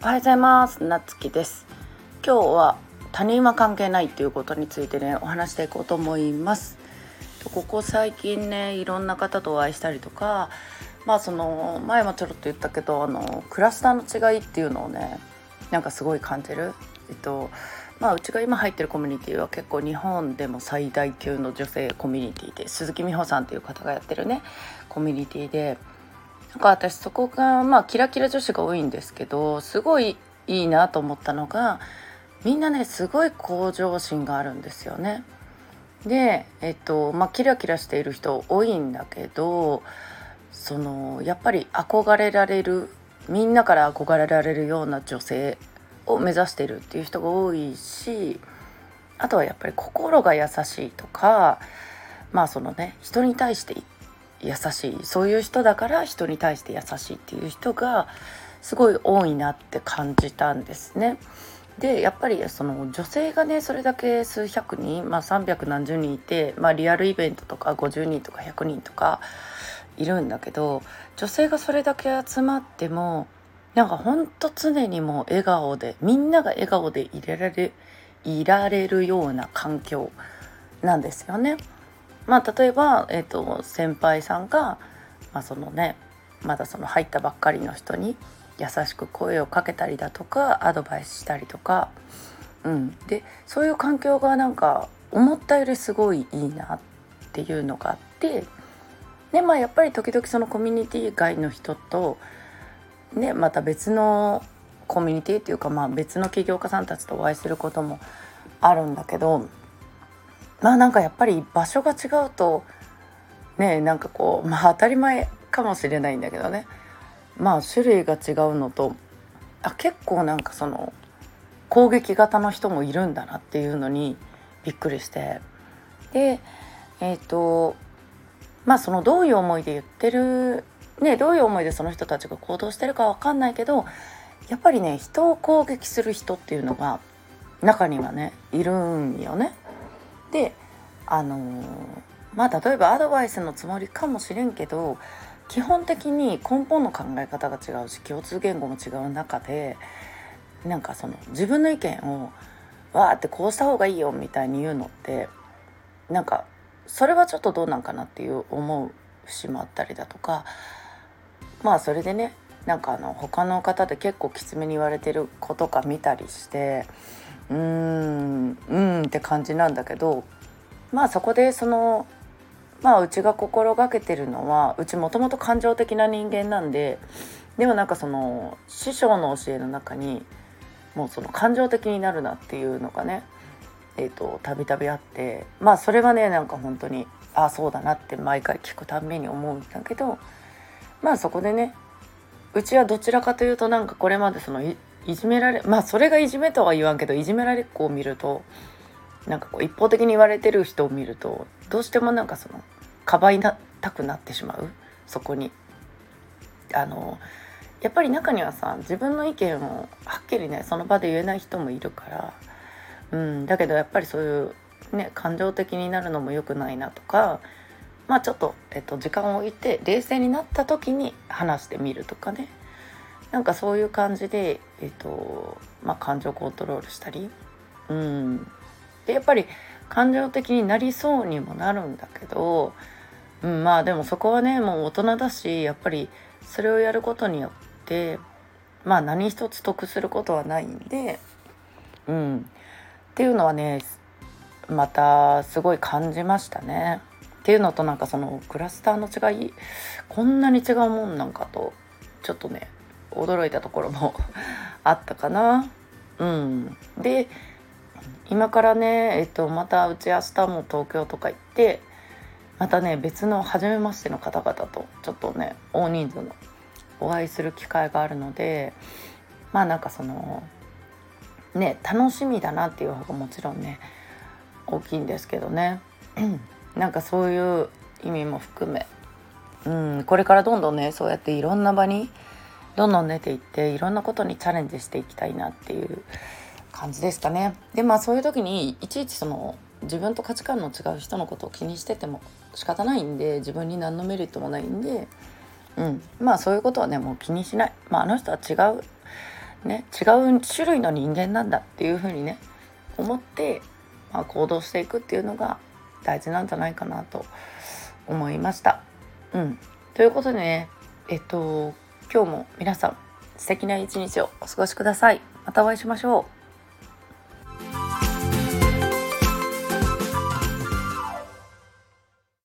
おはようございます。なつきです。今日は他人は関係ないっていうことについてねお話していこうと思います。ここ最近ねいろんな方とお会いしたりとか、その前もちょろっと言ったけどクラスターの違いっていうのをねなんかすごい感じる。うちが今入ってるコミュニティは結構日本でも最大級の女性コミュニティで、鈴木美穂さんっていう方がやってるねコミュニティで、なんか私そこがキラキラ女子が多いんですけど、すごいいいなと思ったのが、みんなねすごい向上心があるんですよね。でキラキラしている人多いんだけど、やっぱり憧れられる、みんなから憧れられるような女性を目指しているっていう人が多いし、あとはやっぱり心が優しいとか、人に対して優しい、そういう人だから人に対して優しいっていう人がすごい多いなって感じたんですね。でやっぱりその女性がねそれだけ数百人、300何十人いて、リアルイベントとか50人とか100人とかいるんだけど、女性がそれだけ集まってもなんかほんと常にもう笑顔で、みんなが笑顔でいられるような環境なんですよね。例えば、先輩さんが、まだその入ったばっかりの人に優しく声をかけたりだとかアドバイスしたりとか、でそういう環境がなんか思ったよりすごいいいなっていうのがあって、でやっぱり時々そのコミュニティ外の人とねまた別のコミュニティっていうか、別の起業家さんたちとお会いすることもあるんだけど、なんかやっぱり場所が違うとね、なんかこう当たり前かもしれないんだけどね、種類が違うのと、結構なんかその攻撃型の人もいるんだなっていうのにびっくりして、でそのどういう思いで言ってるね、どういう思いでその人たちが行動してるかわかんないけど、やっぱりね人を攻撃する人っていうのが中にはねいるんよね。で例えばアドバイスのつもりかもしれんけど、基本的に根本の考え方が違うし共通言語も違う中で、なんかその自分の意見をわーってこうした方がいいよみたいに言うのって、なんかそれはちょっとどうなんかなっていう思う節もあったりだとか、それでねなんか他の方で結構きつめに言われてる子とか見たりして、って感じなんだけど、そこでうちが心がけてるのは、うちもともと感情的な人間なんで、でもなんかその師匠の教えの中にもうその感情的になるなっていうのがねたびたびあって、それはねなんか本当にそうだなって毎回聞くたんびに思うんだけど、そこでねうちはどちらかというとなんかこれまでいじめられ、それがいじめとは言わんけど、いじめられっ子を見るとなんかこう一方的に言われてる人を見るとどうしてもなんかかばいたくなってしまう。そこにやっぱり中にはさ、自分の意見をはっきりねその場で言えない人もいるから、だけどやっぱりそういうね感情的になるのも良くないなとか、ちょっと、時間を置いて冷静になった時に話してみるとかね、なんかそういう感じで感情コントロールしたり、でやっぱり感情的になりそうにもなるんだけど、でもそこはねもう大人だし、やっぱりそれをやることによって何一つ得することはないんで、っていうのはねまたすごい感じましたね。っていうのと、なんかそのクラスターの違いこんなに違うもんなんかとちょっとね驚いたところもあったかな。で今からねまたうち明日も東京とか行って、またね別の初めましての方々とちょっとね大人数のお会いする機会があるので、なんかそのね楽しみだなっていう方がもちろんね大きいんですけどねなんかそういう意味も含め、これからどんどんねそうやっていろんな場にどんどん出ていって、いろんなことにチャレンジしていきたいなっていう感じですかね。でそういう時にいちいちその自分と価値観の違う人のことを気にしてても仕方ないんで、自分に何のメリットもないんで、そういうことはねもう気にしない。あの人は違うね、違う種類の人間なんだっていうふうにね思って、行動していくっていうのが大事なんじゃないかなと思いました。ということでね、今日も皆さん素敵な一日をお過ごしください。またお会いしましょう。